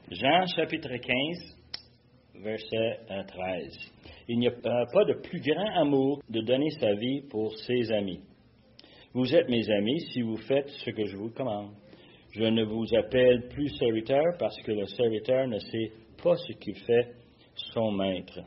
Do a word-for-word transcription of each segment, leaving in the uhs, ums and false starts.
Jean chapitre quinze, verset treize. Il n'y a pas de plus grand amour de donner sa vie pour ses amis. Vous êtes mes amis si vous faites ce que je vous commande. Je ne vous appelle plus serviteur parce que le serviteur ne sait pas ce qu'il fait son maître.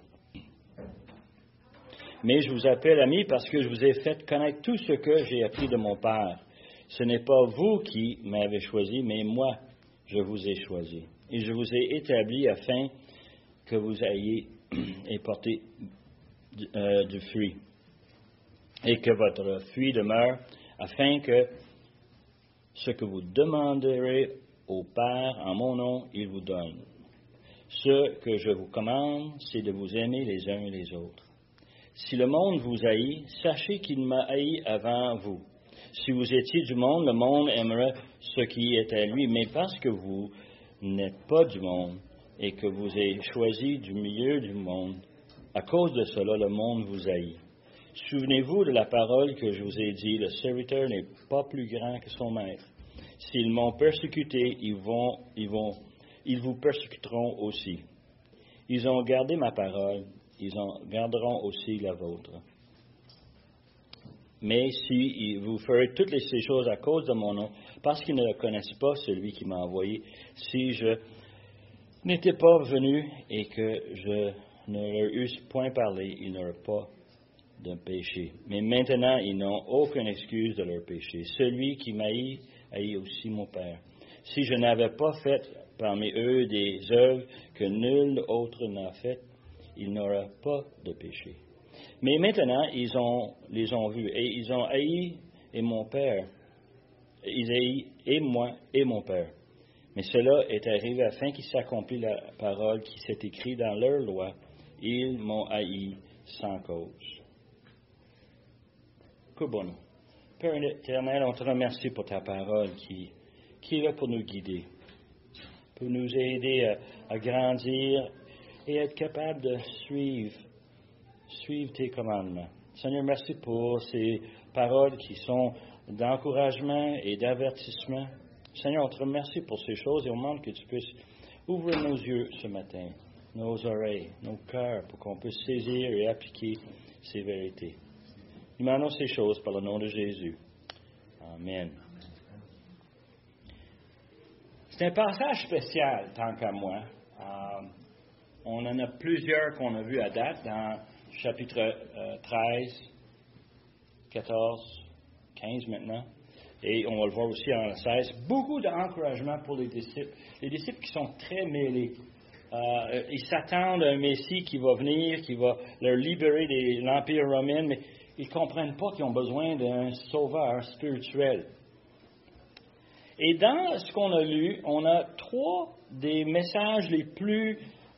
Mais je vous appelle amis parce que je vous ai fait connaître tout ce que j'ai appris de mon Père. Ce n'est pas vous qui m'avez choisi, mais moi, je vous ai choisi. Et je vous ai établi afin que vous ayez et porté euh, du fruit, et que votre fruit demeure, afin que ce que vous demanderez au Père en mon nom, il vous donne. Ce que je vous commande, c'est de vous aimer les uns et les autres. Si le monde vous haït, sachez qu'il m'a haï avant vous. Si vous étiez du monde, le monde aimerait ce qui est à lui, mais parce que vous n'êtes pas du monde et que vous avez choisi du milieu du monde, à cause de cela, le monde vous haït. Souvenez-vous de la parole que je vous ai dit, le serviteur n'est pas plus grand que son maître. S'ils m'ont persécuté, ils vont, ils vont, ils vous persécuteront aussi. Ils ont gardé ma parole, ils en garderont aussi la vôtre. Mais si vous ferez toutes ces choses à cause de mon nom, parce qu'ils ne connaissent pas celui qui m'a envoyé, si je n'étais pas venu et que je ne leur eusse point parlé, ils n'auraient pas de péché. Mais maintenant, ils n'ont aucune excuse de leur péché. Celui qui m'a haï, haït aussi mon Père. Si je n'avais pas fait parmi eux des œuvres que nul autre n'a faites, ils n'auraient pas de péché. Mais maintenant, ils ont, les ont vus, et ils ont haï et mon Père. Ils haï et moi et mon Père. Mais cela est arrivé afin qu'il s'accomplisse la parole qui s'est écrite dans leur loi. Ils m'ont haï sans cause. Que bon. Père éternel, on te remercie pour ta parole qui, qui est là pour nous guider, pour nous aider à, à grandir et être capable de suivre Suivre tes commandements. Seigneur, merci pour ces paroles qui sont d'encouragement et d'avertissement. Seigneur, on te remercie pour ces choses et on demande que tu puisses ouvrir nos yeux ce matin, nos oreilles, nos cœurs, pour qu'on puisse saisir et appliquer ces vérités. Nous demandons ces choses par le nom de Jésus. Amen. C'est un passage spécial, tant qu'à moi. Euh, on en a plusieurs qu'on a vus à date dans chapitre euh, treize, quatorze, quinze maintenant, et on va le voir aussi en seize. Beaucoup d'encouragement pour les disciples. Les disciples qui sont très mêlés. Euh, ils s'attendent à un Messie qui va venir, qui va leur libérer de l'Empire romain, mais ils ne comprennent pas qu'ils ont besoin d'un sauveur spirituel. Et dans ce qu'on a lu, on a trois des messages les plus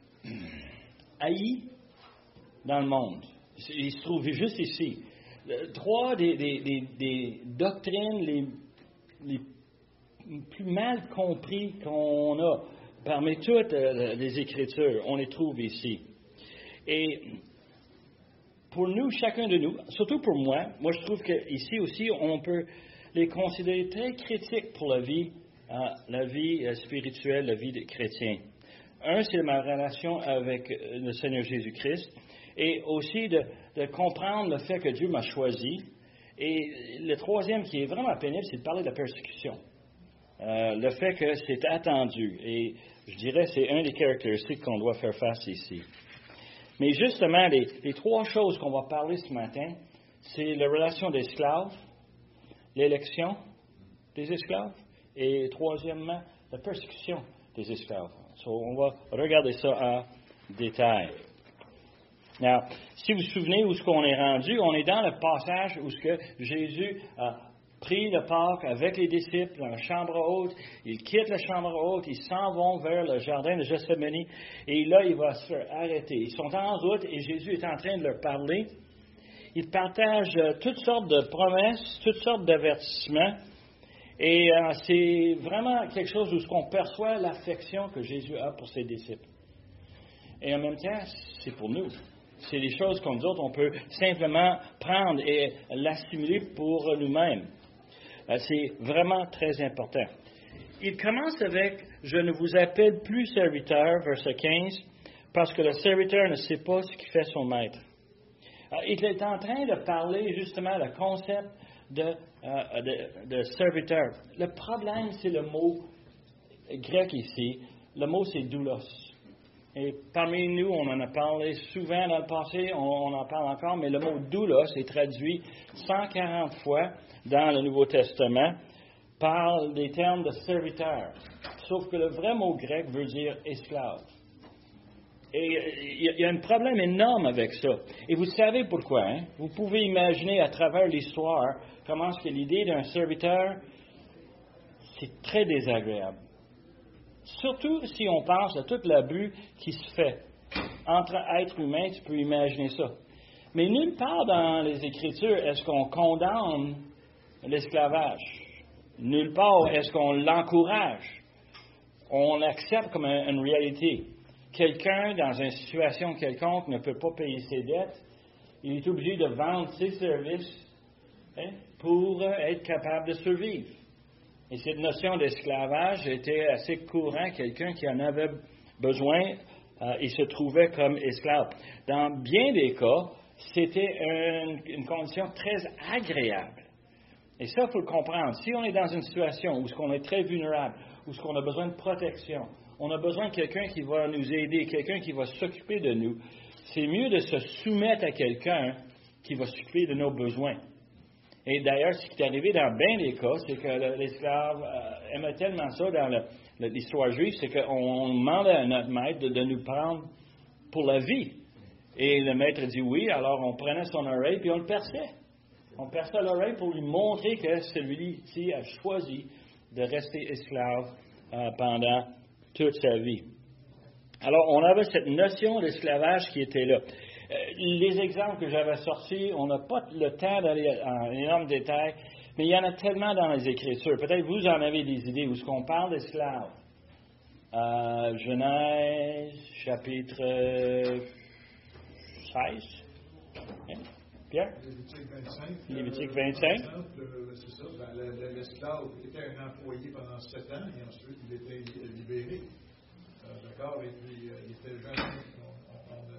haïs dans le monde. Il se trouve juste ici. Trois des, des, des, des doctrines les, les plus mal comprises qu'on a parmi toutes les Écritures, on les trouve ici. Et pour nous, chacun de nous, surtout pour moi, moi je trouve qu'ici aussi, on peut les considérer très critiques pour la vie, la vie spirituelle, la vie des chrétiens. Un, c'est ma relation avec le Seigneur Jésus-Christ. Et aussi de, de comprendre le fait que Dieu m'a choisi. Et le troisième qui est vraiment pénible, c'est de parler de la persécution. Euh, le fait que c'est attendu. Et je dirais que c'est un des caractéristiques qu'on doit faire face ici. Mais justement, les, les trois choses qu'on va parler ce matin, c'est la relation d'esclaves, l'élection des esclaves, et troisièmement, la persécution des esclaves. So, on va regarder ça en détail. Now, si vous vous souvenez où est-ce qu'on est rendu, on est dans le passage où ce que Jésus a pris le Pâques avec les disciples dans la chambre haute. Ils quittent la chambre haute, ils s'en vont vers le jardin de Gethsémani et là, il va se faire arrêter. Ils sont en route et Jésus est en train de leur parler. Il partage toutes sortes de promesses, toutes sortes d'avertissements et euh, c'est vraiment quelque chose où ce qu'on perçoit l'affection que Jésus a pour ses disciples. Et en même temps, c'est pour nous. C'est des choses comme nous autres, on peut simplement prendre et l'assimiler pour nous-mêmes. C'est vraiment très important. il commence avec « Je ne vous appelle plus serviteur », verset quinze, parce que le serviteur ne sait pas ce qu'il fait son maître. Alors, il est en train de parler justement le concept de, euh, de, de serviteur. Le problème, c'est le mot grec ici. Le mot, c'est doulos. Et parmi nous, on en a parlé souvent dans le passé, on, on en parle encore, mais le mot doulos est traduit cent quarante fois dans le Nouveau Testament par des termes de serviteur. Sauf que le vrai mot grec veut dire esclave. Et il y a un problème énorme avec ça. Et vous savez pourquoi, hein? Vous pouvez imaginer à travers l'histoire comment est-ce que l'idée d'un serviteur, c'est très désagréable. Surtout si on pense à tout l'abus qui se fait. Entre êtres humains, tu peux imaginer ça. Mais nulle part dans les Écritures est-ce qu'on condamne l'esclavage. Nulle part est-ce qu'on l'encourage. On accepte comme une réalité. Quelqu'un, dans une situation quelconque, ne peut pas payer ses dettes. Il est obligé de vendre ses services hein, pour être capable de survivre. Et cette notion d'esclavage était assez courante. Quelqu'un qui en avait besoin, euh, il se trouvait comme esclave. Dans bien des cas, c'était une, une condition très agréable. Et ça, il faut le comprendre. Si on est dans une situation où on est très vulnérable, où on a besoin de protection, on a besoin de quelqu'un qui va nous aider, quelqu'un qui va s'occuper de nous, c'est mieux de se soumettre à quelqu'un qui va s'occuper de nos besoins. Et d'ailleurs, ce qui est arrivé dans bien des cas, c'est que l'esclave euh, aimait tellement ça dans le, l'histoire juive, c'est qu'on demandait à notre maître de, de nous prendre pour la vie. Et le maître dit oui, alors on prenait son oreille puis on le perçait. On perçait l'oreille pour lui montrer que celui-ci a choisi de rester esclave euh, pendant toute sa vie. Alors, on avait cette notion d'esclavage qui était là. Euh, les exemples que j'avais sortis, on n'a pas le temps d'aller en énorme détail, mais il y en a tellement dans les Écritures. Peut-être vous en avez des idées où est-ce qu'on parle d'esclaves. Euh, Genèse, chapitre seize. Hein? Pierre? Lévitique vingt-cinq. Lévitique vingt-cinq. Euh, c'est ça, ben, l'esclave était un employé pendant sept ans et ensuite il était libéré. Euh, d'accord? Et puis euh, il était jamais, on, on,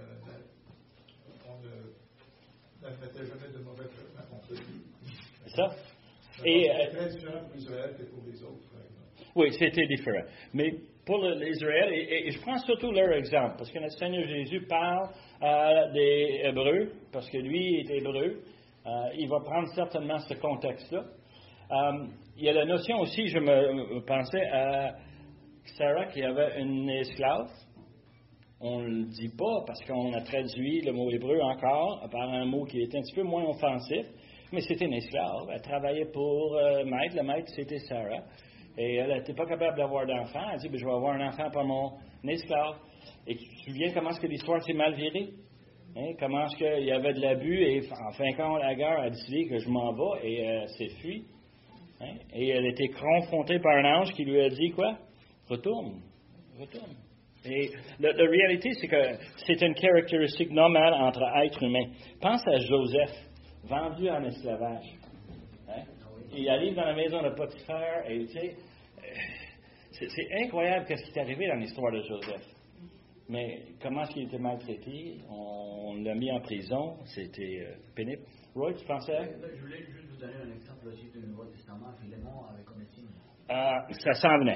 on, on n'admettait jamais de mauvais traitements contre lui. C'est ça? Et c'était très différent pour Israël que pour les autres, par exemple. Oui, c'était différent. Mais pour l'Israël, et, et, et je prends surtout leur exemple, parce que notre Seigneur Jésus parle euh, des Hébreux, parce que lui est hébreu. Euh, il va prendre certainement ce contexte-là. Euh, il y a la notion aussi, je me, me pensais à Sarah qui avait une esclave. On ne le dit pas parce qu'on a traduit le mot hébreu encore par un mot qui était un petit peu moins offensif, mais c'était une esclave. Elle travaillait pour euh, maître. Le maître, c'était Sarah. Et elle n'était pas capable d'avoir d'enfant. Elle dit, ben, je vais avoir un enfant par mon esclave. Et tu te souviens comment est-ce que l'histoire s'est mal virée? Hein? Comment est-ce qu'il y avait de l'abus? Et en fin de compte, Agar a décidé que je m'en vais et elle euh, s'est fuie. Hein? Et elle a été confrontée par un ange qui lui a dit quoi? Retourne. Retourne. Et la, la réalité, c'est que c'est une caractéristique normale entre êtres humains. Pense à Joseph, vendu en esclavage. Hein? Il arrive dans la maison de Potiphar et tu sais, c'est, c'est incroyable ce qui est arrivé dans l'histoire de Joseph. Mais comment est-ce qu'il était maltraité? On l'a mis en prison. C'était euh, pénible. Roy, tu pensais? Je voulais juste vous donner un exemple aussi du Nouveau Testament. Philémon avec Onésime. Ah, ça s'en venait.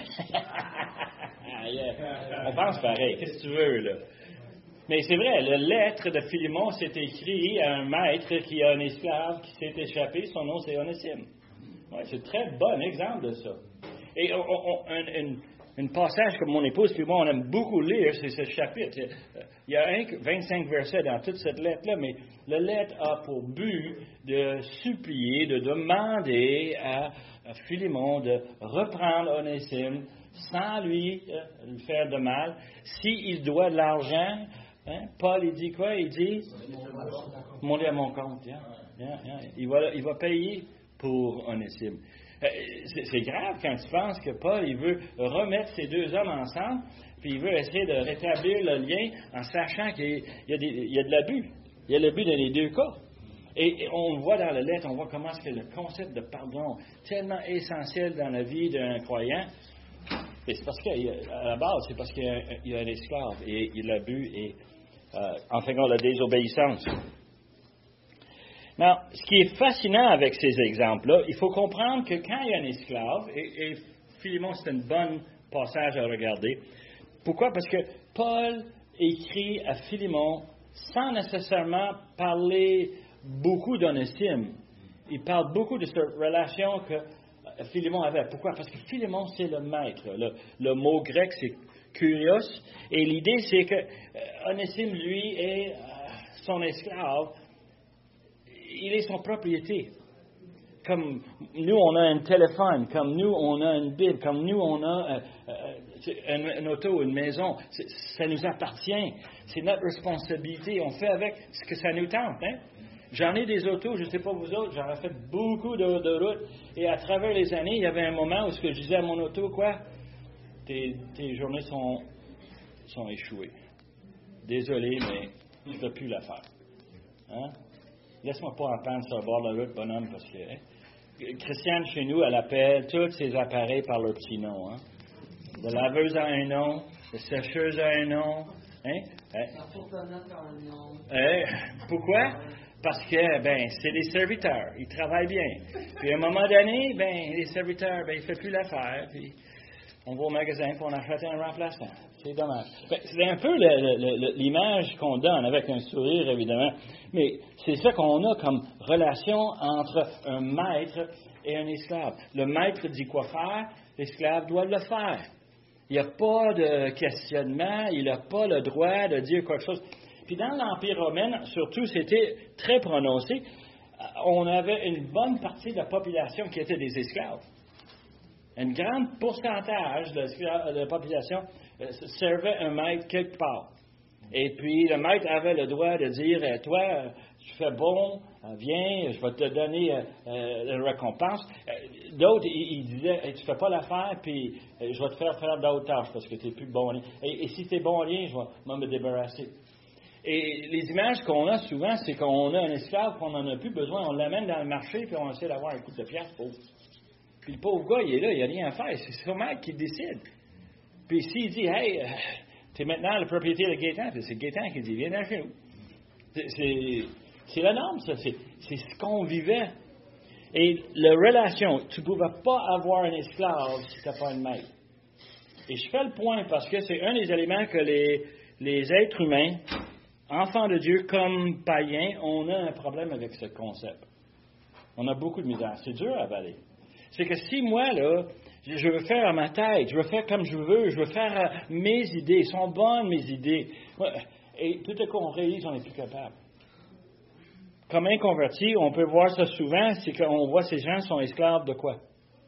yeah. On pense pareil. Qu'est-ce que tu veux, là? Mais c'est vrai, la lettre de Philémon, c'est écrit à un maître qui a un esclave qui s'est échappé. Son nom, c'est Onésime. Ouais, c'est un très bon exemple de ça. Et on, on, un, un, un passage que mon épouse et moi, on aime beaucoup lire, c'est ce chapitre. Il y a un, vingt-cinq versets dans toute cette lettre-là, mais la lettre a pour but de supplier, de demander à, à Philémon de reprendre Onésime sans lui euh, lui faire de mal. S'il doit de l'argent, hein, Paul, il dit quoi? Il dit, monter à mon compte. Yeah, yeah, yeah. Il, va, il va payer pour Onésime. Euh, c'est, c'est grave quand tu penses que Paul, il veut remettre ces deux hommes ensemble, puis il veut essayer de rétablir le lien en sachant qu'il y a, des, il y a de l'abus. Il y a l'abus dans les deux cas. Et, et on le voit dans la lettre, on voit comment est-ce que le concept de pardon, tellement essentiel dans la vie d'un croyant, Et c'est parce qu'à la base, c'est parce qu'il y a, il y a un esclave et il a bu et, euh, en faisant la désobéissance. Maintenant, ce qui est fascinant avec ces exemples-là, il faut comprendre que quand il y a un esclave, et, et Philémon, c'est un bon passage à regarder. Pourquoi? Parce que Paul écrit à Philémon sans nécessairement parler beaucoup d'Onésime. Il parle beaucoup de cette relation que Philémon avait. Pourquoi? Parce que Philémon, c'est le maître. Le, le mot grec, c'est kurios. Et l'idée, c'est que euh, Onésime, lui, est euh, son esclave. Il est son propriété. Comme nous, on a un téléphone, comme nous, on a une Bible, comme nous, on a euh, euh, une, une auto, une maison. C'est, ça nous appartient. C'est notre responsabilité. On fait avec ce que ça nous tente. Hein? J'en ai des autos, je ne sais pas vous autres, j'en ai fait beaucoup de, de routes. Et à travers les années, il y avait un moment où ce que je disais à mon auto, quoi, tes, tes journées sont, sont échouées. Désolé, mais tu ne peux plus la faire. Hein? Laisse-moi pas en peine sur le bord de la route, bonhomme, parce que hein? Christiane, chez nous, elle appelle tous ses appareils par leur petit nom. Hein? La laveuse a un nom, la sécheuse a un nom. Hein? La fourgonnette a un nom. Hein? Pourquoi? Parce que, ben, c'est des serviteurs. Ils travaillent bien. Puis, à un moment donné, ben, les serviteurs, ben, ils ne font plus l'affaire. Puis, on va au magasin et on achète un remplaçant. C'est dommage. Ben, c'est un peu le, le, le, l'image qu'on donne, avec un sourire, évidemment. Mais c'est ça qu'on a comme relation entre un maître et un esclave. Le maître dit quoi faire, l'esclave doit le faire. Il n'y a pas de questionnement, il n'a pas le droit de dire quelque chose. Puis dans l'Empire romain, surtout, c'était très prononcé. On avait une bonne partie de la population qui était des esclaves. Un grand pourcentage de la population servait un maître quelque part. Et puis le maître avait le droit de dire, toi, tu fais bon, viens, je vais te donner euh, la récompense. D'autres, ils, ils disaient, hey, tu ne fais pas l'affaire, puis je vais te faire faire d'autres tâches parce que tu n'es plus bon lien. Et, et si tu es bon lien, je vais me débarrasser. Et les images qu'on a souvent, c'est qu'on a un esclave qu'on n'en a plus besoin. On l'amène dans le marché, puis on essaie d'avoir un coup de pièce pauvre. Puis le pauvre gars, il est là, il n'a rien à faire. C'est son maître qui décide. Puis s'il dit, hey, euh, tu es maintenant le propriétaire de Gaétan, puis c'est Gaétan qui dit, viens dans chez nous. C'est, c'est, c'est la norme, ça. C'est, c'est ce qu'on vivait. Et la relation, tu ne pouvais pas avoir un esclave si tu n'as pas un maître. Et je fais le point parce que c'est un des éléments que les, les êtres humains, enfants de Dieu comme païens, on a un problème avec ce concept. On a beaucoup de misère. C'est dur à avaler. C'est que si moi, là, je veux faire à ma tête, je veux faire comme je veux, je veux faire euh, mes idées, sont bonnes mes idées, et tout à coup on réalise qu'on n'est plus capable. Comme inconvertis, on peut voir ça souvent, c'est qu'on voit ces gens sont esclaves de quoi?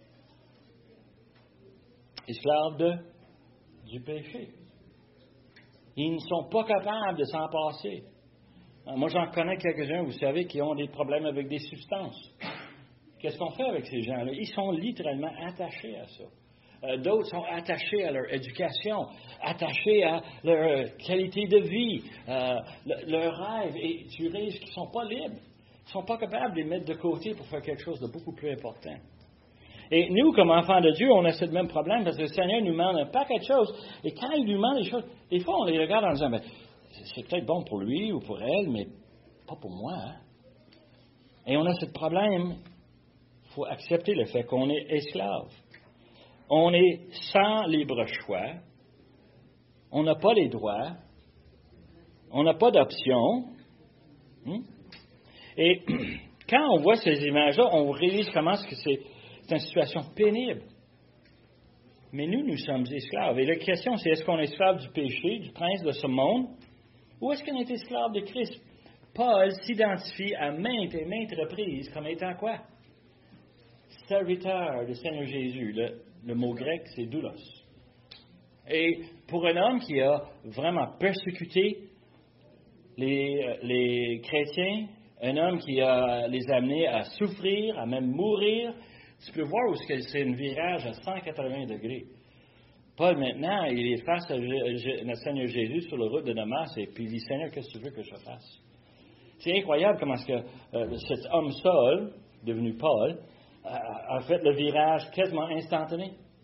Esclaves de, du péché. Ils ne sont pas capables de s'en passer. Moi, j'en connais quelques-uns, vous savez, qui ont des problèmes avec des substances. Qu'est-ce qu'on fait avec ces gens-là? Ils sont littéralement attachés à ça. Euh, d'autres sont attachés à leur éducation, attachés à leur qualité de vie, euh, le, leur rêve. Et tu réalises qu'ils ne sont pas libres. Ils ne sont pas capables de les mettre de côté pour faire quelque chose de beaucoup plus important. Et nous, comme enfants de Dieu, on a ce même problème parce que le Seigneur nous demande un paquet de choses. Et quand il nous demande des choses, des fois, on les regarde en disant, ben, c'est peut-être bon pour lui ou pour elle, mais pas pour moi. Hein? Et on a ce problème. Il faut accepter le fait qu'on est esclave. On est sans libre choix. On n'a pas les droits. On n'a pas d'option. Hum? Et quand on voit ces images-là, on réalise comment c'est, c'est, c'est une situation pénible. Mais nous, nous sommes esclaves. Et la question, c'est est-ce qu'on est esclave du péché, du prince de ce monde, ou est-ce qu'on est esclave de Christ? Paul s'identifie à maintes et maintes reprises comme étant quoi? Serviteur du Seigneur Jésus. Le, le mot grec, c'est doulos. Et pour un homme qui a vraiment persécuté les, les chrétiens, un homme qui a les amenés à souffrir, à même mourir, tu peux voir où c'est un virage à cent quatre-vingts degrés. Paul, maintenant, il est face à notre Seigneur Jésus sur la route de Damas et puis il dit, Seigneur, qu'est-ce que tu veux que je fasse? C'est incroyable comment que, euh, cet homme Saul, devenu Paul, a fait le virage quasiment instantané.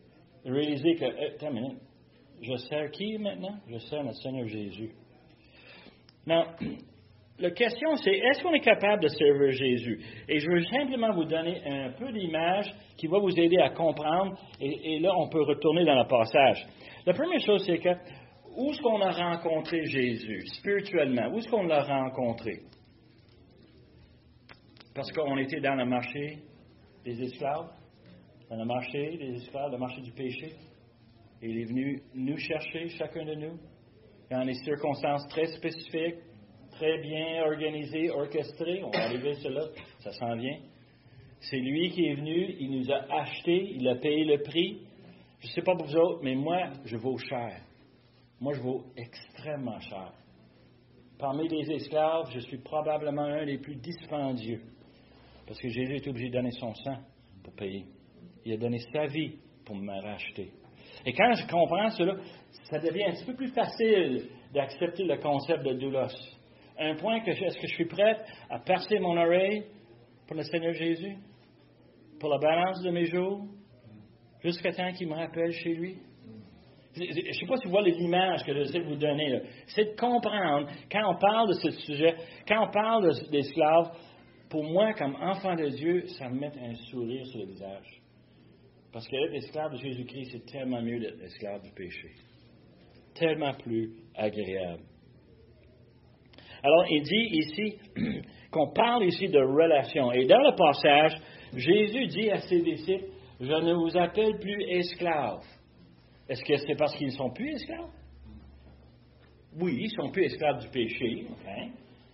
réaliser que, euh, attends une minute, je sers qui maintenant? Je sers notre Seigneur Jésus. Non. La question, c'est est-ce qu'on est capable de servir Jésus? Et je veux simplement vous donner un peu d'image qui va vous aider à comprendre. Et, et là, on peut retourner dans le passage. La première chose, c'est que où est-ce qu'on a rencontré Jésus spirituellement? Où est-ce qu'on l'a rencontré? Parce qu'on était dans le marché des esclaves, dans le marché des esclaves, le marché du péché. Et il est venu nous chercher, chacun de nous, dans des circonstances très spécifiques, très bien organisé, orchestré. On va arriver à cela, ça s'en vient. C'est lui qui est venu, il nous a achetés, il a payé le prix. Je ne sais pas pour vous autres, mais moi, je vaux cher. Moi, je vaux extrêmement cher. Parmi les esclaves, je suis probablement un des plus dispendieux. Parce que Jésus est obligé de donner son sang pour payer. Il a donné sa vie pour me racheter. Et quand je comprends cela, ça devient un petit peu plus facile d'accepter le concept de doulos. Un point que est-ce que je suis prêt à percer mon oreille pour le Seigneur Jésus? Pour la balance de mes jours? Jusqu'à temps qu'il me rappelle chez lui? Je ne sais pas si vous voyez l'image que j'essaie de vous donner. Là. C'est de comprendre, quand on parle de ce sujet, quand on parle de, d'esclaves, pour moi, comme enfant de Dieu, ça me met un sourire sur le visage. Parce que être esclave de Jésus-Christ, c'est tellement mieux d'être esclave du péché. Tellement plus agréable. Alors, il dit ici qu'on parle ici de relation. Et dans le passage, Jésus dit à ses disciples, « Je ne vous appelle plus esclaves. » Est-ce que c'est parce qu'ils ne sont plus esclaves? Oui, ils ne sont plus esclaves du péché, okay.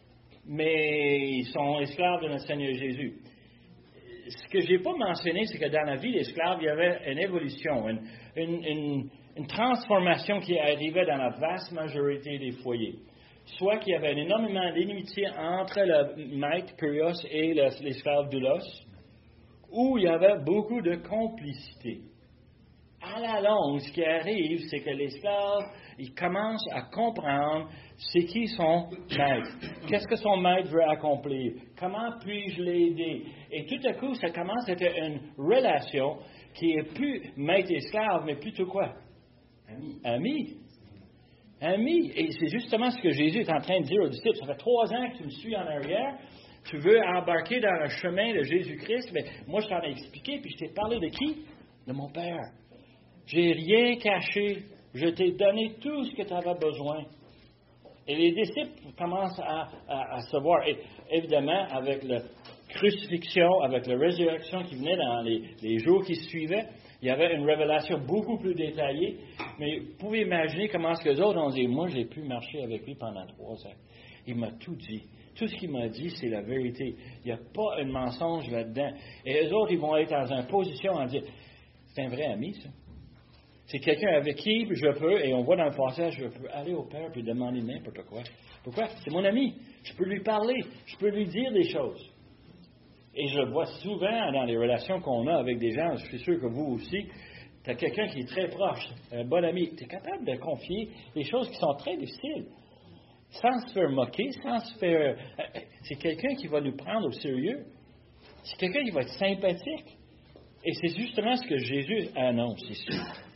Mais ils sont esclaves de notre Seigneur Jésus. Ce que je n'ai pas mentionné, c'est que dans la vie d'esclave, il y avait une évolution, une, une, une, une transformation qui arrivait dans la vaste majorité des foyers. Soit qu'il y avait énormément d'inimitié entre le maître, Kyrios, et le, l'esclave doulos, ou il y avait beaucoup de complicité. À la longue, ce qui arrive, c'est que l'esclave, il commence à comprendre c'est qui son maître. Qu'est-ce que son maître veut accomplir? Comment puis-je l'aider? Et tout à coup, ça commence à être une relation qui est plus maître-esclave, mais plutôt quoi? Ami. Ami. Ami. Et c'est justement ce que Jésus est en train de dire aux disciples. Ça fait trois ans que tu me suis en arrière. Tu veux embarquer dans le chemin de Jésus-Christ. Mais moi, je t'en ai expliqué, puis je t'ai parlé de qui? De mon Père. J'ai rien caché. Je t'ai donné tout ce que tu avais besoin. Et les disciples commencent à, à, à savoir, et évidemment, avec la crucifixion, avec la résurrection qui venait dans les, les jours qui suivaient, il y avait une révélation beaucoup plus détaillée. Mais vous pouvez imaginer comment est-ce que les autres ont dit, moi, j'ai pu marcher avec lui pendant trois ans. Il m'a tout dit. Tout ce qu'il m'a dit, c'est la vérité. Il n'y a pas un mensonge là-dedans. Et les autres, ils vont être dans une position à dire, c'est un vrai ami, ça. C'est quelqu'un avec qui je peux, et on voit dans le passage, je peux aller au Père et demander n'importe quoi. Pourquoi? C'est mon ami. Je peux lui parler. Je peux lui dire des choses. Et je le vois souvent dans les relations qu'on a avec des gens. Je suis sûr que vous aussi. Tu as quelqu'un qui est très proche, un bon ami. Tu es capable de confier des choses qui sont très difficiles. Sans se faire moquer, sans se faire... C'est quelqu'un qui va nous prendre au sérieux. C'est quelqu'un qui va être sympathique. Et c'est justement ce que Jésus annonce ici.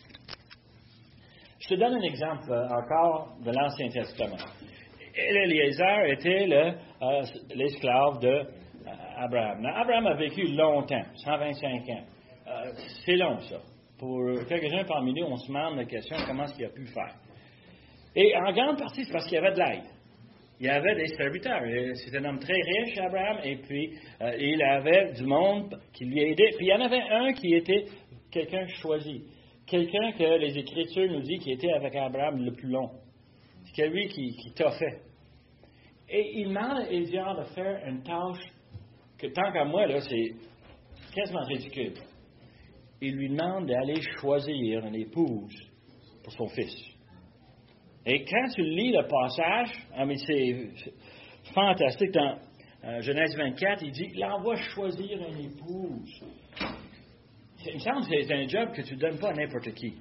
Je te donne un exemple euh, encore de l'Ancien Testament. Eliezer était le, euh, l'esclave d'Abraham. Euh, Abraham a vécu longtemps, cent vingt-cinq ans. Euh, c'est long, ça. Pour quelques-uns parmi nous, on se demande la question comment est-ce qu'il a pu faire. Et en grande partie, c'est parce qu'il y avait de l'aide. Il y avait des serviteurs. C'était un homme très riche, Abraham, et puis euh, il avait du monde qui lui aidait. Puis il y en avait un qui était quelqu'un choisi. Quelqu'un que les Écritures nous disent qui était avec Abraham le plus long. C'est lui qui, qui t'a fait. Et il demande à Éliar de faire une tâche que, tant qu'à moi, là, c'est quasiment ridicule. Il lui demande d'aller choisir une épouse pour son fils. Et quand tu lis le passage, ah, mais c'est, c'est fantastique, dans euh, Genèse vingt-quatre, il dit, il envoie choisir une épouse. Il me semble que c'est un job que tu ne donnes pas à n'importe qui.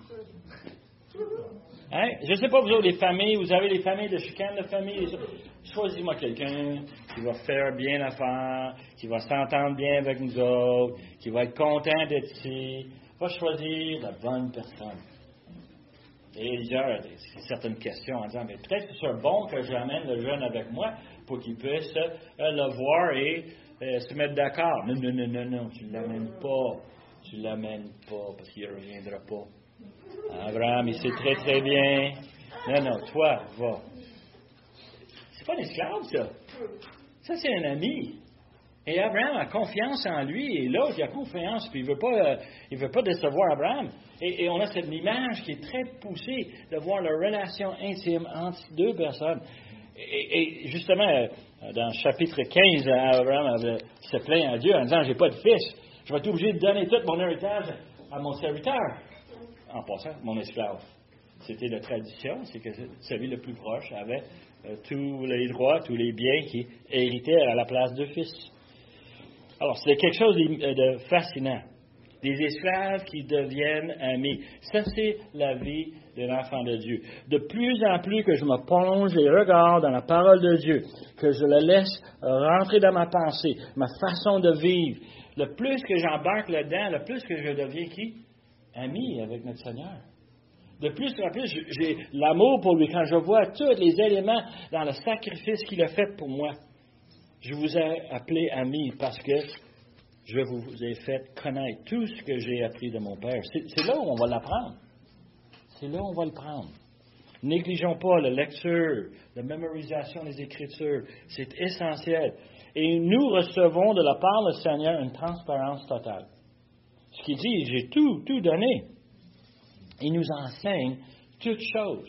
Hein? Je ne sais pas, vous avez des familles, vous avez des familles de chicane de famille. Choisis-moi quelqu'un qui va faire bien l'affaire, qui va s'entendre bien avec nous autres, qui va être content d'être ici. faut choisir la bonne personne. Et Éliseur a certaines questions en disant, mais peut-être que c'est bon que j'amène le jeune avec moi pour qu'il puisse euh, le voir et euh, se mettre d'accord. Non, non, non, non, non, tu ne l'amènes pas. Tu ne l'amènes pas parce qu'il ne reviendra pas. Abraham, il sait très, très bien. Non, non, toi, va. C'est pas un esclave, ça. Ça, c'est un ami. Et Abraham a confiance en lui, et l'autre, il a confiance, puis il ne veut pas, euh, il veut pas décevoir Abraham. Et, et on a cette image qui est très poussée de voir la relation intime entre deux personnes. Et, et justement, euh, dans le chapitre quinze, Abraham avait, se plaint à Dieu en disant, j'ai pas de fils, je vais être obligé de donner tout mon héritage à mon serviteur. En passant, mon esclave. C'était la tradition, c'est que celui le plus proche avait euh, tous les droits, tous les biens qui héritaient à la place de fils. Alors, c'est quelque chose de, de fascinant. Des esclaves qui deviennent amis. Ça, c'est la vie de l'enfant de Dieu. De plus en plus que je me plonge et regarde dans la parole de Dieu, que je la laisse rentrer dans ma pensée, ma façon de vivre, le plus que j'embarque là-dedans, le plus que je deviens qui? Ami avec notre Seigneur. De plus en plus, j'ai l'amour pour lui quand je vois tous les éléments dans le sacrifice qu'il a fait pour moi. Je vous ai appelé ami parce que je vous ai fait connaître tout ce que j'ai appris de mon Père. C'est, c'est là où on va l'apprendre. C'est là où on va le prendre. Négligeons pas la lecture, la mémorisation des Écritures. C'est essentiel. Et nous recevons de la part du Seigneur une transparence totale. Ce qu'il dit, j'ai tout, tout donné. Il nous enseigne toutes choses.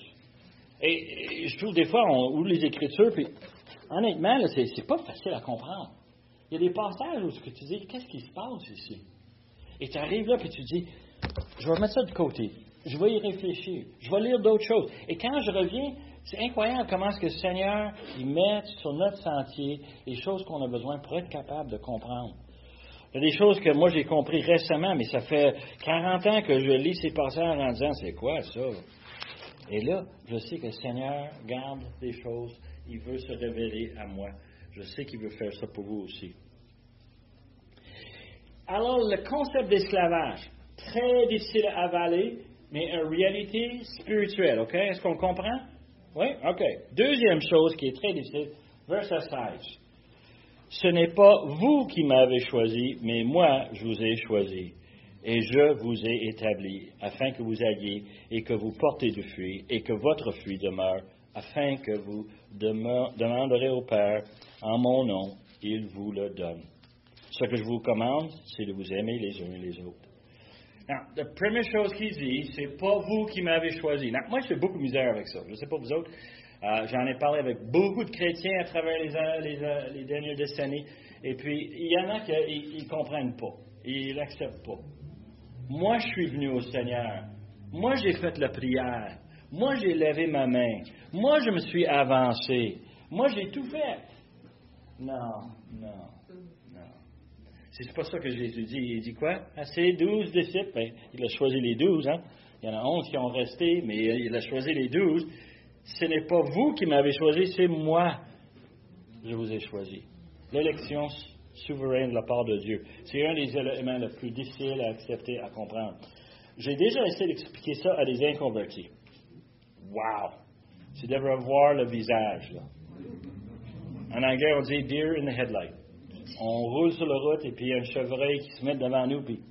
Et, et je trouve des fois, on ouvre les Écritures, puis honnêtement, là, c'est, c'est pas facile à comprendre. Il y a des passages où tu dis, qu'est-ce qui se passe ici? Et tu arrives là, puis tu dis, je vais mettre ça de côté. Je vais y réfléchir. Je vais lire d'autres choses. Et quand je reviens, c'est incroyable comment est-ce que le Seigneur, il met sur notre sentier les choses qu'on a besoin pour être capable de comprendre. Il y a des choses que moi j'ai compris récemment, mais ça fait quarante ans que je lis ces passages en disant, c'est quoi ça? Et là, je sais que le Seigneur garde des choses. Il veut se révéler à moi. Je sais qu'il veut faire ça pour vous aussi. Alors, le concept d'esclavage, très difficile à avaler, mais une réalité spirituelle, OK? Est-ce qu'on comprend? Oui? OK. Deuxième chose qui est très difficile, verset seize. Ce n'est pas vous qui m'avez choisi, mais moi, je vous ai choisi. Et je vous ai établi, afin que vous alliez et que vous portez du fruit, et que votre fruit demeure, afin que vous demeure, demanderez au Père en mon nom, il vous le donne. Ce que je vous commande, c'est de vous aimer les uns les autres. Alors, la première chose qu'il dit, c'est pas vous qui m'avez choisi. Alors, moi, je fais beaucoup de misère avec ça. Je ne sais pas vous autres. Euh, j'en ai parlé avec beaucoup de chrétiens à travers les, les, les dernières décennies. Et puis, il y en a qui ne comprennent pas. Ils l'acceptent pas. Moi, je suis venu au Seigneur. Moi, j'ai fait la prière. Moi, j'ai levé ma main. Moi, je me suis avancé. Moi, j'ai tout fait. Non, non, non. C'est pas ça que Jésus dit. Il dit quoi? À ses douze disciples, ben, il a choisi les douze, hein? Il y en a onze qui ont resté, mais il a choisi les douze. Ce n'est pas vous qui m'avez choisi, c'est moi. Je vous ai choisi. L'élection souveraine de la part de Dieu. C'est un des éléments les plus difficiles à accepter, à comprendre. J'ai déjà essayé d'expliquer ça à des inconvertis. Wow! Tu devrais voir le visage, là. En anglais, on dit « deer in the headlight ». On roule sur la route et puis il y a un chevreuil qui se met devant nous, puis...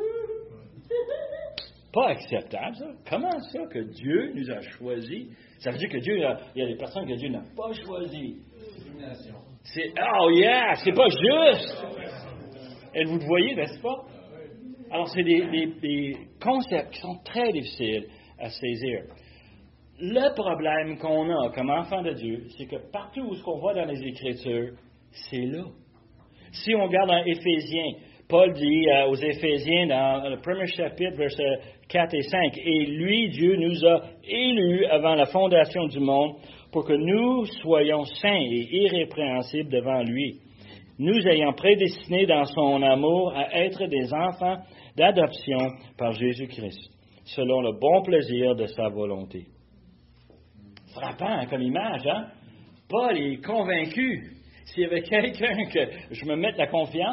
Pas acceptable, ça. Comment ça que Dieu nous a choisis? Ça veut dire que Dieu, a, il y a des personnes que Dieu n'a pas choisies. C'est, oh yeah, c'est pas juste! Et vous le voyez, n'est-ce pas? Alors, c'est des, des, des concepts qui sont très difficiles à saisir. Le problème qu'on a comme enfant de Dieu, c'est que partout où ce qu'on voit dans les Écritures, c'est là. Si on regarde dans Éphésiens, Paul dit euh, aux Éphésiens dans le premier chapitre, versets quatre et cinq, « Et lui, Dieu, nous a élus avant la fondation du monde pour que nous soyons saints et irrépréhensibles devant lui, nous ayant prédestinés dans son amour à être des enfants d'adoption par Jésus-Christ, selon le bon plaisir de sa volonté. » Frappant hein, comme image, hein? Paul est convaincu. S'il y avait quelqu'un que je me mette la confiance,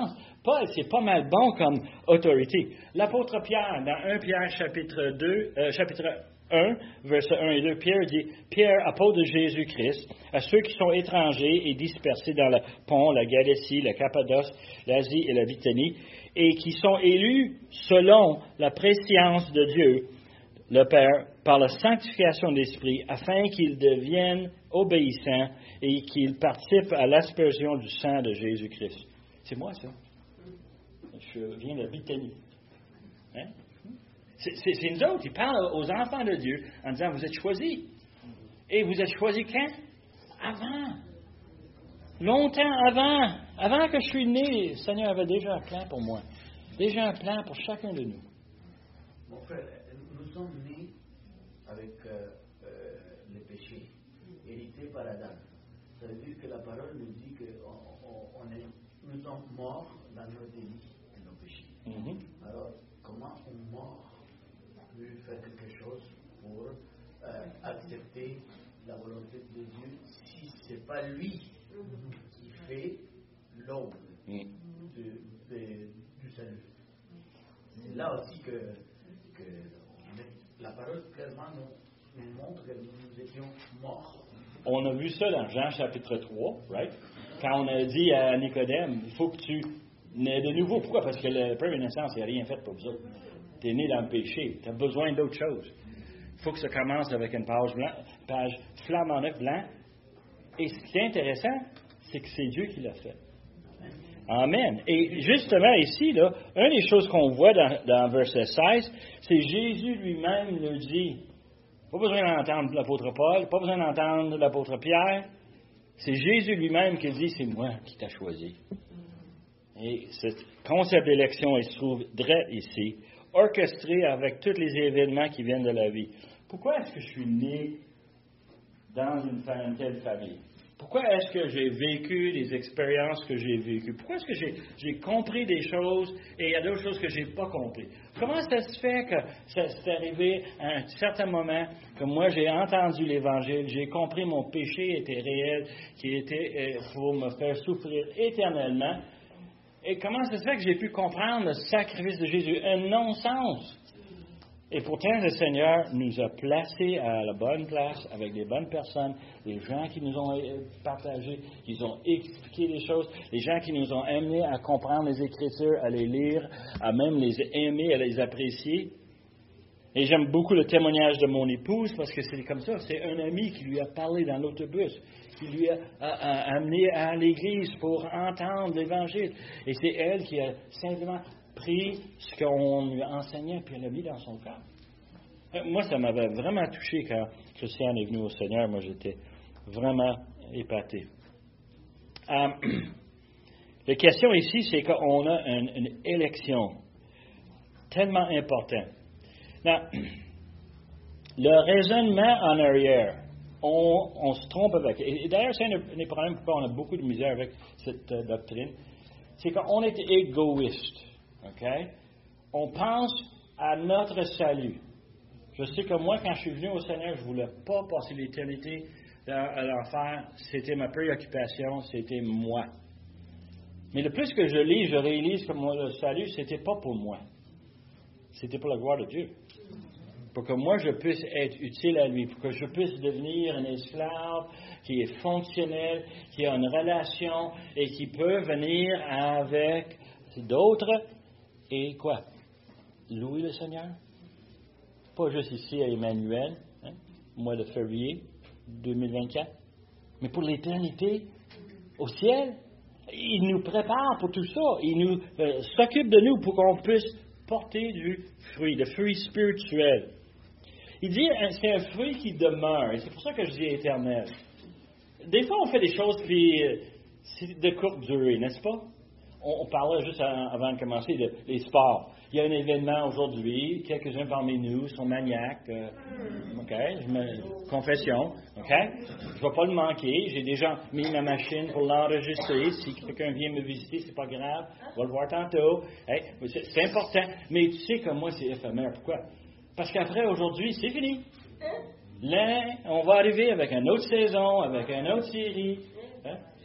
pas, c'est pas mal bon comme autorité. L'apôtre Pierre, dans premier Pierre chapitre deux, euh, chapitre un, versets un et deux, Pierre dit, Pierre, apôtre de Jésus-Christ, à ceux qui sont étrangers et dispersés dans le Pont, la Galatie, la Cappadoce, l'Asie et la Bithynie, et qui sont élus selon la préscience de Dieu, le Père, par la sanctification de l'Esprit, afin qu'ils deviennent obéissants et qu'ils participent à l'aspersion du sang de Jésus-Christ. C'est moi, ça. Je viens de Bithynie. Hein? C'est, c'est, c'est nous autres. Il parle aux enfants de Dieu en disant, vous êtes choisis. Et vous êtes choisis quand? Avant. Longtemps avant. Avant que je suis né, le Seigneur avait déjà un plan pour moi. Déjà un plan pour chacun de nous. Mon frère, nous sommes nés avec euh, euh, le péché, hérité par Adam. Ça veut dire que la parole nous dit que on, on, on est, nous sommes morts dans nos délits et nos péchés. Mm-hmm. Alors, comment on mort peut faire quelque chose pour euh, accepter la volonté de Dieu si ce n'est pas lui qui fait l'ombre mm. de, de, du salut? C'est là aussi que, que la parole clairement nous, nous montre que nous étions morts. On a vu ça dans Jean chapitre trois, right? Quand on a dit à Nicodème, il faut que tu nais de nouveau. Pourquoi? Parce que le première naissance, il n'y a rien fait pour vous autres. Tu es né dans le péché. Tu as besoin d'autre chose. Il faut que ça commence avec une page, blanc, page flamant neuf blanc. Et ce qui est intéressant, c'est que c'est Dieu qui l'a fait. Amen. Et justement ici, là, une des choses qu'on voit dans, dans verset seize, c'est Jésus lui-même le dit. Pas besoin d'entendre l'apôtre Paul, pas besoin d'entendre l'apôtre Pierre. C'est Jésus lui-même qui dit, c'est moi qui t'ai choisi. Et ce concept d'élection, il se trouve direct ici, orchestré avec tous les événements qui viennent de la vie. Pourquoi est-ce que je suis né dans une, une telle famille? Pourquoi est-ce que j'ai vécu les expériences que j'ai vécues? Pourquoi est-ce que j'ai, j'ai compris des choses et il y a d'autres choses que je n'ai pas compris? Comment ça se fait que ça s'est arrivé à un certain moment que moi j'ai entendu l'Évangile, j'ai compris mon péché était réel, qui était pour me faire souffrir éternellement? Et comment ça se fait que j'ai pu comprendre le sacrifice de Jésus? Un non-sens. Et pourtant, le Seigneur nous a placés à la bonne place, avec les bonnes personnes, les gens qui nous ont partagé, qui nous ont expliqué les choses, les gens qui nous ont amenés à comprendre les Écritures, à les lire, à même les aimer, à les apprécier. Et j'aime beaucoup le témoignage de mon épouse, parce que c'est comme ça, c'est un ami qui lui a parlé dans l'autobus, qui lui a, a, a amené à l'église pour entendre l'Évangile. Et c'est elle qui a simplement pris ce qu'on lui enseignait, puis elle l'a mis dans son cœur. Moi, ça m'avait vraiment touché quand Christiane est venue au Seigneur. Moi, j'étais vraiment épaté. Euh, la question ici, c'est qu'on a une, une élection tellement importante. Now, le raisonnement en arrière, on, on se trompe avec. Et d'ailleurs, c'est un des problèmes pourquoi on a beaucoup de misère avec cette euh, doctrine. C'est qu'on est égoïste. Okay? On pense à notre salut. Je sais que moi, quand je suis venu au Seigneur, je ne voulais pas passer l'éternité à l'enfer. C'était ma préoccupation, c'était moi. Mais le plus que je lis, je réalise que moi, le salut, ce n'était pas pour moi. C'était pour la gloire de Dieu. Pour que moi, je puisse être utile à lui, pour que je puisse devenir un esclave qui est fonctionnel, qui a une relation et qui peut venir avec d'autres. Et quoi? Louer le Seigneur? Pas juste ici à Emmanuel, hein, mois de février deux mille vingt-quatre, mais pour l'éternité, au ciel. Il nous prépare pour tout ça. Il nous euh, s'occupe de nous pour qu'on puisse porter du fruit, le fruit spirituel. Il dit que c'est un fruit qui demeure, et c'est pour ça que je dis éternel. Des fois, on fait des choses, puis euh, c'est de courte durée, n'est-ce pas? On parlait juste avant de commencer de, des sports. Il y a un événement aujourd'hui, quelques-uns parmi nous sont maniaques. Euh, OK, je me, confession. OK, je ne vais pas le manquer. J'ai déjà mis ma machine pour l'enregistrer. Si quelqu'un vient me visiter, c'est pas grave. On va le voir tantôt. Hey, c'est, c'est important. Mais tu sais que moi, c'est éphémère. Pourquoi? Parce qu'après, aujourd'hui, c'est fini. Là, on va arriver avec une autre saison, avec une autre série. Hein?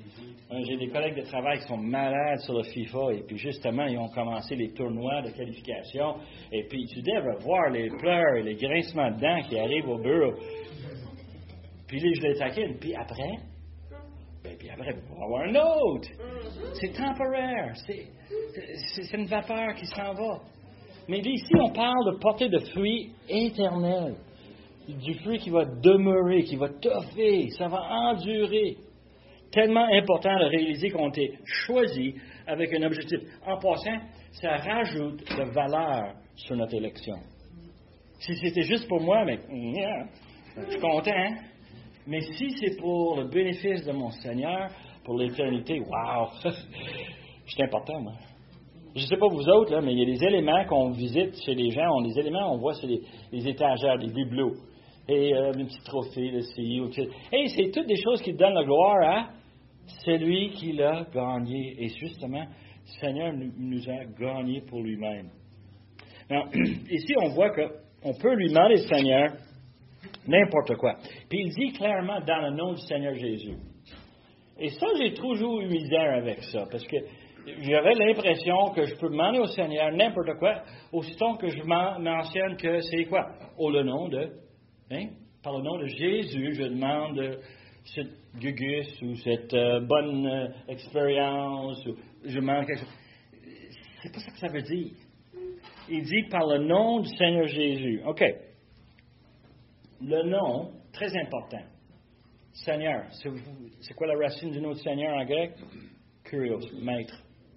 J'ai des collègues de travail qui sont malades sur le FIFA et puis justement, ils ont commencé les tournois de qualification et puis tu devrais voir les pleurs et les grincements de dents qui arrivent au bureau. Puis là, je les taquine. Puis après, ben, puis après, il va y avoir un autre. C'est temporaire. C'est, c'est, c'est une vapeur qui s'en va. Mais ici, on parle de porter de fruits éternels. Du fruit qui va demeurer, qui va toffer, ça va endurer. Tellement important de réaliser qu'on a été choisi avec un objectif. En passant, ça rajoute de valeur sur notre élection. Si c'était juste pour moi, mais yeah, je suis content. Hein? Mais si c'est pour le bénéfice de mon Seigneur, pour l'éternité, wow! C'est important, moi. Je ne sais pas vous autres, là, mais il y a des éléments qu'on visite chez les gens. On, les éléments, on voit sur les, les étagères, les bibelots. Et euh, les petits trophées, le C I O, et cetera. Et c'est toutes des choses qui donnent la gloire à celui qui l'a gagné. Et justement, le Seigneur nous, nous a gagné pour lui-même. Alors, ici, on voit qu'on peut lui demander au Seigneur n'importe quoi. Puis il dit clairement dans le nom du Seigneur Jésus. Et ça, j'ai toujours eu misère avec ça, parce que j'avais l'impression que je peux demander au Seigneur n'importe quoi, aussitôt que je mentionne que c'est quoi? Au le nom de, hein? Par le nom de Jésus, je demande cette gugus ou cette euh, bonne euh, expérience, ou je demande quelque chose. C'est pas ça que ça veut dire. Il dit par le nom du Seigneur Jésus. OK. Le nom, très important. Seigneur, c'est, c'est quoi la racine du nom du Seigneur en grec? Kurios, maître.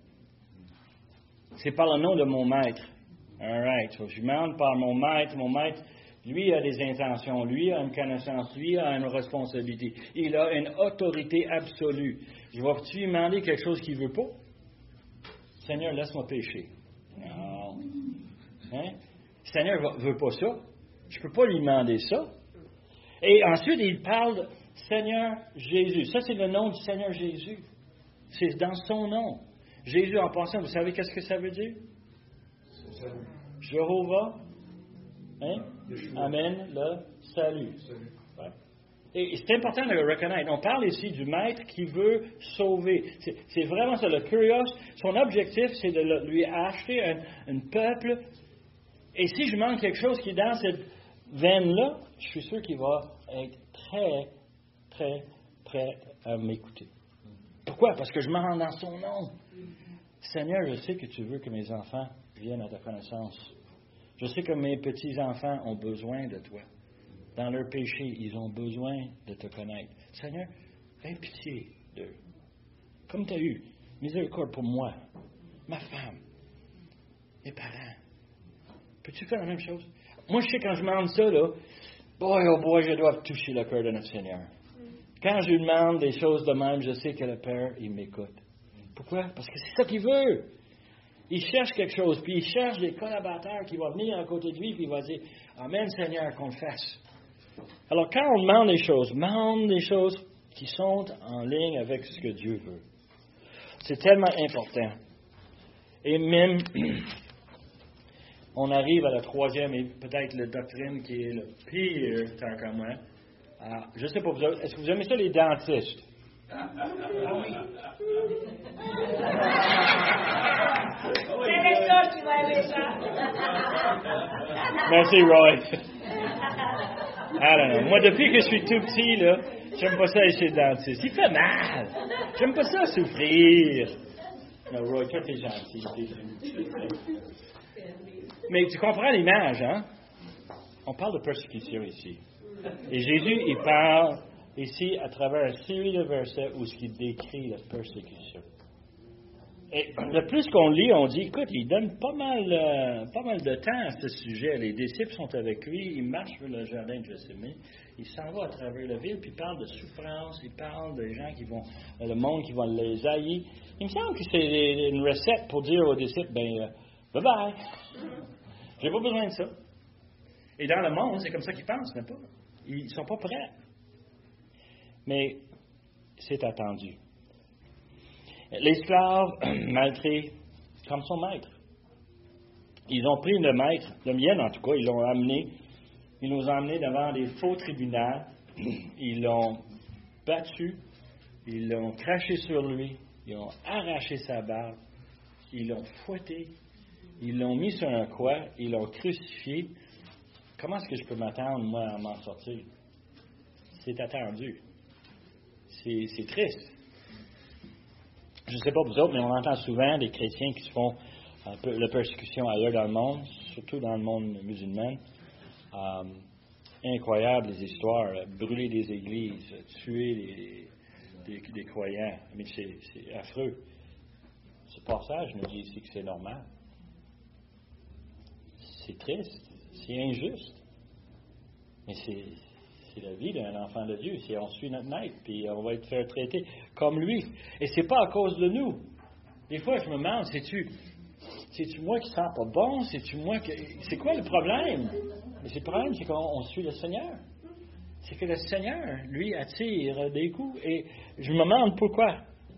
C'est par le nom de mon maître. All right. So, je demande par mon maître. Mon maître, lui a des intentions, lui a une connaissance, lui a une responsabilité. Il a une autorité absolue. Je vais-tu lui demander quelque chose qu'il ne veut pas? Seigneur, laisse-moi pécher. Non. Hein? Seigneur ne veut pas ça. Je ne peux pas lui demander ça. Et ensuite, il parle de Seigneur Jésus. Ça, c'est le nom du Seigneur Jésus. C'est dans son nom. Jésus, en passant, vous savez qu'est-ce que ça veut dire? Jéhovah. Hein? Amen, le salut. Ouais. Et c'est important de le reconnaître. On parle ici du maître qui veut sauver. C'est, c'est vraiment ça, le Kurios. Son objectif, c'est de le, lui acheter un, un peuple. Et si je manque quelque chose qui est dans cette veine-là, je suis sûr qu'il va être très, très prêt à m'écouter. Pourquoi? Parce que je m'en rends dans son nom. Seigneur, je sais que tu veux que mes enfants viennent à ta connaissance. Je sais que mes petits-enfants ont besoin de toi. Dans leur péché, ils ont besoin de te connaître. Seigneur, aie pitié d'eux. Comme tu as eu miséricorde pour moi, ma femme, mes parents. Peux-tu faire la même chose? Moi, je sais quand je demande ça, là, boy, oh boy, je dois toucher le cœur de notre Seigneur. Quand je lui demande des choses de même, je sais que le Père, il m'écoute. Pourquoi? Parce que c'est ça qu'il veut. Il cherche quelque chose, puis il cherche des collaborateurs qui vont venir à côté de lui, puis il va dire, Amen, Seigneur, qu'on le fasse. Alors, quand on demande des choses, demande des choses qui sont en ligne avec ce que Dieu veut. C'est tellement important. Et même, on arrive à la troisième et peut-être la doctrine qui est le pire, tant qu'à moi. Alors, je ne sais pas, vous autres, est-ce que vous aimez ça, les dentistes? Ah oui. C'est les autres qui vont aimer ça. Merci, Roy. I don't know. Moi, depuis que je suis tout petit, là, j'aime pas ça aller chez le dentiste. Il fait mal. J'aime pas ça souffrir. Non, Roy, toi, t'es gentil. T'es... Mais tu comprends l'image, hein? On parle de persécution ici. Et Jésus, il parle ici à travers une série de versets où il décrit la persécution. Et le plus qu'on lit, on dit, écoute, il donne pas mal, euh, pas mal de temps à ce sujet. Les disciples sont avec lui, il marche vers le jardin de Gethsémani, il s'en va à travers la ville, puis il parle de souffrance, il parle des gens qui vont, le monde qui va les haïr. Il me semble que c'est une recette pour dire aux disciples, ben, euh, bye bye, j'ai pas besoin de ça. Et dans le monde, c'est comme ça qu'ils pensent, n'est-ce pas? Ils ne sont pas prêts. Mais c'est attendu. L'esclave maltraité comme son maître. Ils ont pris le maître, le mien en tout cas, ils l'ont amené, ils nous ont amenés devant des faux tribunaux, ils l'ont battu, Ils l'ont craché sur lui. Ils ont arraché sa barbe. Ils l'ont fouetté. Ils l'ont mis sur un croix. Ils l'ont crucifié. Comment est-ce que je peux m'attendre, moi, à m'en sortir? C'est attendu. C'est, c'est triste. Je ne sais pas vous autres, mais on entend souvent des chrétiens qui se font un peu la persécution ailleurs dans le monde, surtout dans le monde musulman. Euh, incroyable les histoires, brûler des églises, tuer des, des, des croyants. Mais c'est, c'est affreux. Ce passage nous dit ici que c'est normal. C'est triste, c'est injuste. Mais c'est, c'est la vie d'un enfant de Dieu. C'est on suit notre maître, puis on va être fait traiter comme lui. Et c'est pas à cause de nous. Des fois, je me demande, c'est-tu, c'est-tu moi qui sens pas bon? C'est-tu moi qui... C'est quoi le problème? Mais le problème, c'est qu'on on suit le Seigneur. C'est que le Seigneur, lui, attire des coups. Et je me demande pourquoi.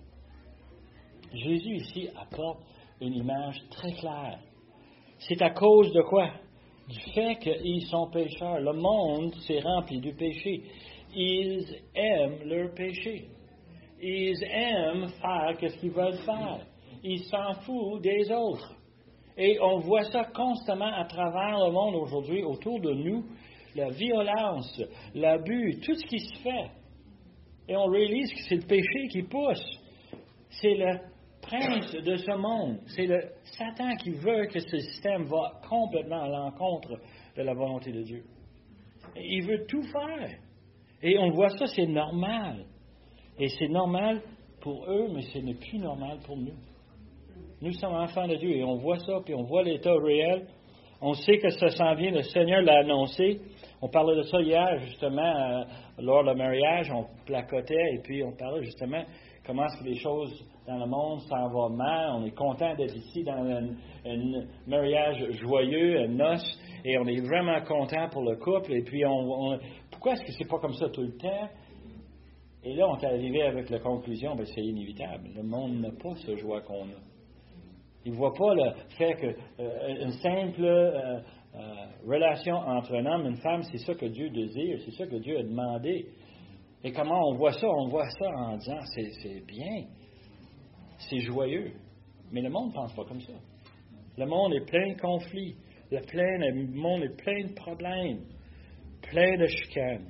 Jésus, ici, apporte une image très claire. C'est à cause de quoi? Du fait qu'ils sont pécheurs. Le monde s'est rempli du péché. Ils aiment leur péché. Ils aiment faire ce qu'ils veulent faire. Ils s'en foutent des autres. Et on voit ça constamment à travers le monde aujourd'hui, autour de nous. La violence, l'abus, tout ce qui se fait. Et on réalise que c'est le péché qui pousse. C'est le prince de ce monde. C'est le Satan qui veut que ce système va complètement à l'encontre de la volonté de Dieu. Et il veut tout faire. Et on voit ça, c'est normal. Et c'est normal pour eux, mais ce n'est plus normal pour nous. Nous sommes enfants de Dieu et on voit ça, puis on voit l'état réel. On sait que ça s'en vient, le Seigneur l'a annoncé. On parlait de ça hier, justement, euh, lors du mariage, on placotait et puis on parlait justement comment est-ce que les choses dans le monde s'en vont mal. On est content d'être ici dans un, un mariage joyeux, un noce, et on est vraiment content pour le couple. Et puis, on, on, pourquoi est-ce que c'est pas comme ça tout le temps? Et là, on est arrivé avec la conclusion, bien, c'est inévitable. Le monde n'a pas ce joie qu'on a. Il ne voit pas le fait qu'une euh, simple euh, euh, relation entre un homme et une femme, c'est ça que Dieu désire, c'est ça que Dieu a demandé. Et comment on voit ça? On voit ça en disant, c'est, c'est bien, c'est joyeux. Mais le monde ne pense pas comme ça. Le monde est plein de conflits, le, plein, le monde est plein de problèmes, plein de chicanes.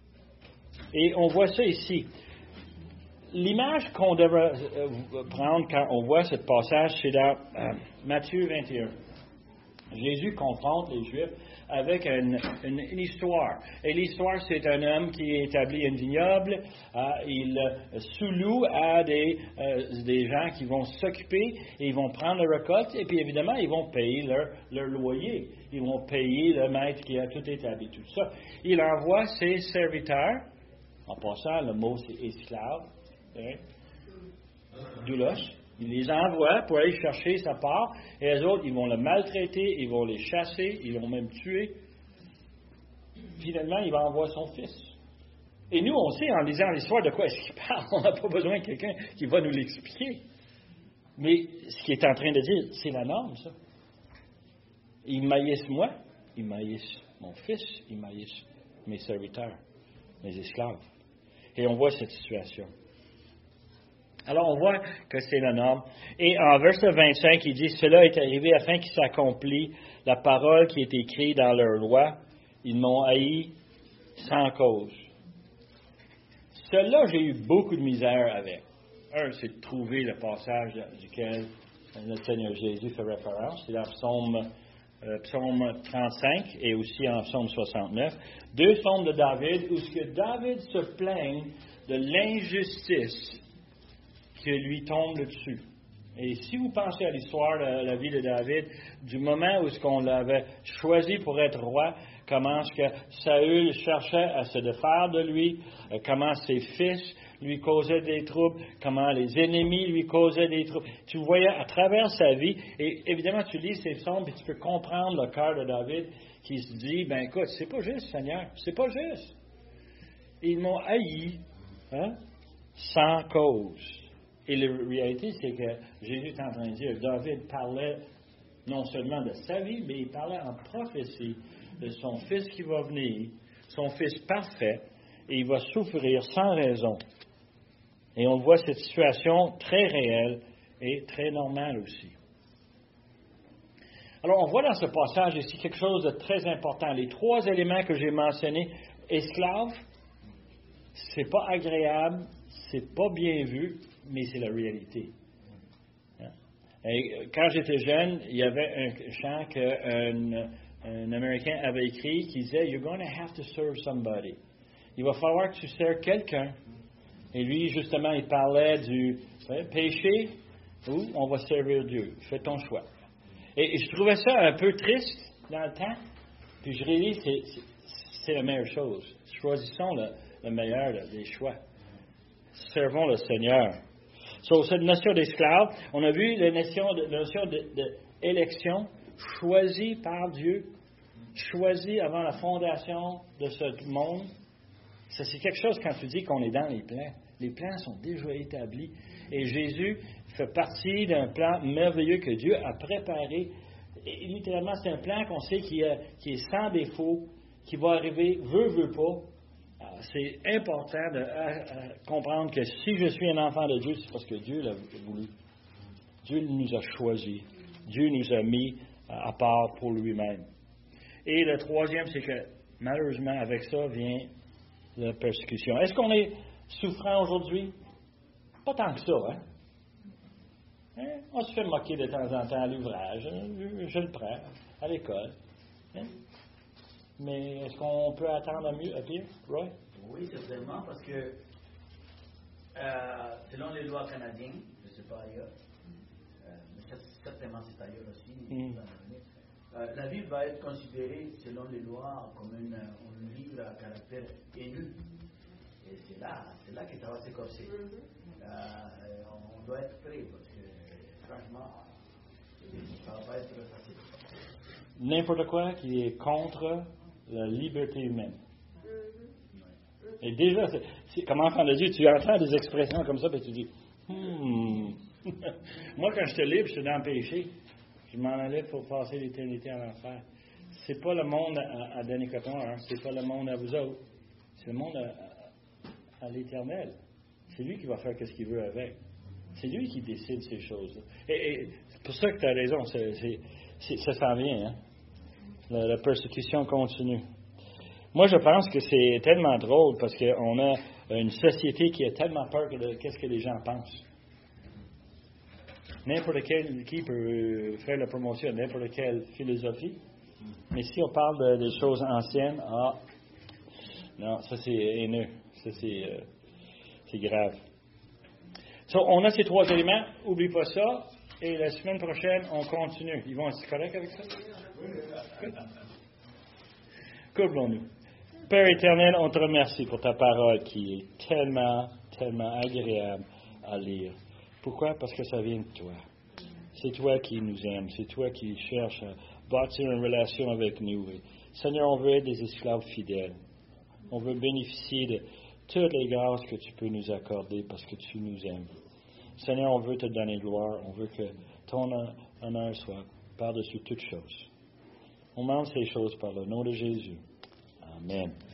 Et on voit ça ici. L'image qu'on devrait prendre quand on voit ce passage, c'est dans euh, Matthieu vingt et un. Jésus confronte les Juifs avec une, une, une histoire. Et l'histoire, c'est un homme qui établit un vignoble. Euh, il euh, sous-loue à des, euh, des gens qui vont s'occuper et ils vont prendre la récolte. Et puis, évidemment, ils vont payer leur, leur loyer. Ils vont payer le maître qui a tout établi, tout ça. Il envoie ses serviteurs. En passant, le mot, c'est esclave. Hein? Doulos. Il les envoie pour aller chercher sa part, et les autres, ils vont le maltraiter, ils vont les chasser, ils vont même tuer. Finalement, il va envoyer son fils. Et nous, on sait, en lisant l'histoire, de quoi est-ce qu'il parle. On n'a pas besoin de quelqu'un qui va nous l'expliquer. Mais ce qu'il est en train de dire, c'est la norme, ça. Ils maïssent moi, ils maïssent mon fils, ils maïssent mes serviteurs, mes esclaves. Et on voit cette situation. Alors, on voit que c'est la norme. Et en verset vingt-cinq, il dit, « Cela est arrivé afin qu'il s'accomplisse la parole qui est écrite dans leur loi. Ils m'ont haï sans cause. » Cela, j'ai eu beaucoup de misère avec. Un, c'est de trouver le passage duquel notre Seigneur Jésus fait référence. C'est dans Psaume, euh, Psaume trente-cinq et aussi en Psaume soixante-neuf. Deux psaumes de David où ce que David se plaigne de l'injustice qui lui tombe dessus. Et si vous pensez à l'histoire de la vie de David, du moment où ce qu'on l'avait choisi pour être roi, comment est-ce que Saül cherchait à se défaire de lui, comment ses fils lui causaient des troubles, comment les ennemis lui causaient des troubles. Tu voyais à travers sa vie, et évidemment tu lis ces psaumes et tu peux comprendre le cœur de David qui se dit, ben écoute, c'est pas juste, Seigneur, c'est pas juste. Ils m'ont haï, hein, sans cause. Et la réalité, c'est que Jésus est en train de dire, David parlait non seulement de sa vie, mais il parlait en prophétie de son fils qui va venir, son fils parfait, et il va souffrir sans raison. Et on voit cette situation très réelle et très normale aussi. Alors, on voit dans ce passage ici quelque chose de très important. Les trois éléments que j'ai mentionnés, esclave, c'est pas agréable, c'est pas bien vu, mais c'est la réalité. Et quand j'étais jeune, il y avait un chant qu'un un Américain avait écrit qui disait « You're going to have to serve somebody ». Il va falloir que tu sers quelqu'un. Et lui, justement, il parlait du ouais, péché ou on va servir Dieu. Fais ton choix. Et, et je trouvais ça un peu triste dans le temps. Puis je réalise que c'est, c'est, c'est la meilleure chose. Choisissons le, le meilleur des choix. Servons le Seigneur. Sur cette notion d'esclave, on a vu la notion, la notion d'élection choisie par Dieu, choisie avant la fondation de ce monde. Ça, c'est quelque chose quand tu dis qu'on est dans les plans. Les plans sont déjà établis. Et Jésus fait partie d'un plan merveilleux que Dieu a préparé. Et littéralement, c'est un plan qu'on sait qui est, qui est sans défaut, qui va arriver, veut, veut pas. Alors, c'est important de à, à comprendre que si je suis un enfant de Dieu, c'est parce que Dieu l'a voulu. Dieu nous a choisis. Dieu nous a mis à part pour lui-même. Et le troisième, c'est que malheureusement, avec ça vient la persécution. Est-ce qu'on est souffrant aujourd'hui? Pas tant que ça, hein? hein? On se fait moquer de temps en temps à l'ouvrage. Je, je le prends à l'école. Hein? Mais est-ce qu'on peut attendre à mieux, à pire, Roy? Oui, certainement, parce que euh, selon les lois canadiennes, je ne sais pas ailleurs, euh, mais certainement c'est ailleurs aussi, mm. euh, la vie va être considérée selon les lois comme une, un livre à caractère haineux. Et c'est là, c'est là que ça va s'écorcer. Mm-hmm. Euh, on doit être prêt parce que franchement, ça ne va pas être facile. N'importe quoi qui est contre la liberté humaine. Et déjà, c'est, c'est, comme enfant de Dieu, tu entends des expressions comme ça, et tu dis, hmm. Moi, quand j'étais libre, j'étais dans le péché. Je m'en allais pour passer l'éternité en enfer. C'est pas le monde à, à Denis Coton, hein? C'est pas le monde à vous autres. C'est le monde à, à, à l'Éternel. C'est lui qui va faire ce qu'il veut avec. C'est lui qui décide ces choses-là. Et, et c'est pour ça que tu as raison. C'est, c'est, c'est, ça s'en vient, hein? La, la persécution continue. Moi, je pense que c'est tellement drôle parce qu'on a une société qui a tellement peur de qu'est-ce que les gens pensent. N'importe quel qui peut faire la promotion à n'importe quelle philosophie. Mais si on parle de, des choses anciennes, ah, non, ça c'est haineux. Ça c'est, euh, c'est grave. So, on a ces trois éléments. Oublie pas ça. Et la semaine prochaine, on continue. Ils vont être corrects avec ça? Courbons-nous. Père éternel, on te remercie pour ta parole qui est tellement, tellement agréable à lire. Pourquoi? Parce que ça vient de toi. C'est toi qui nous aimes. C'est toi qui cherches à bâtir une relation avec nous. Et, Seigneur, on veut être des esclaves fidèles. On veut bénéficier de toutes les grâces que tu peux nous accorder parce que tu nous aimes. Seigneur, on veut te donner gloire. On veut que ton honneur soit par-dessus toutes choses. On demande ces choses par le nom de Jésus. Amen.